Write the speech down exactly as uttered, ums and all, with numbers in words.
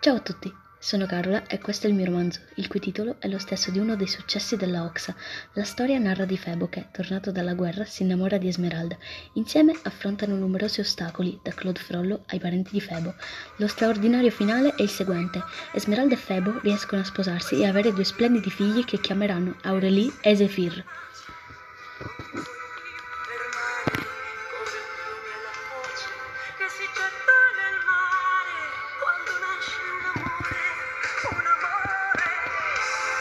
Ciao a tutti, sono Carola e questo è il mio romanzo, il cui titolo è lo stesso di uno dei successi della Oxa. La storia narra di Febo che, tornato dalla guerra, si innamora di Esmeralda. Insieme affrontano numerosi ostacoli, da Claude Frollo ai parenti di Febo. Lo straordinario finale è il seguente: Esmeralda e Febo riescono a sposarsi e avere due splendidi figli che chiameranno Aurélie e Zéphyr.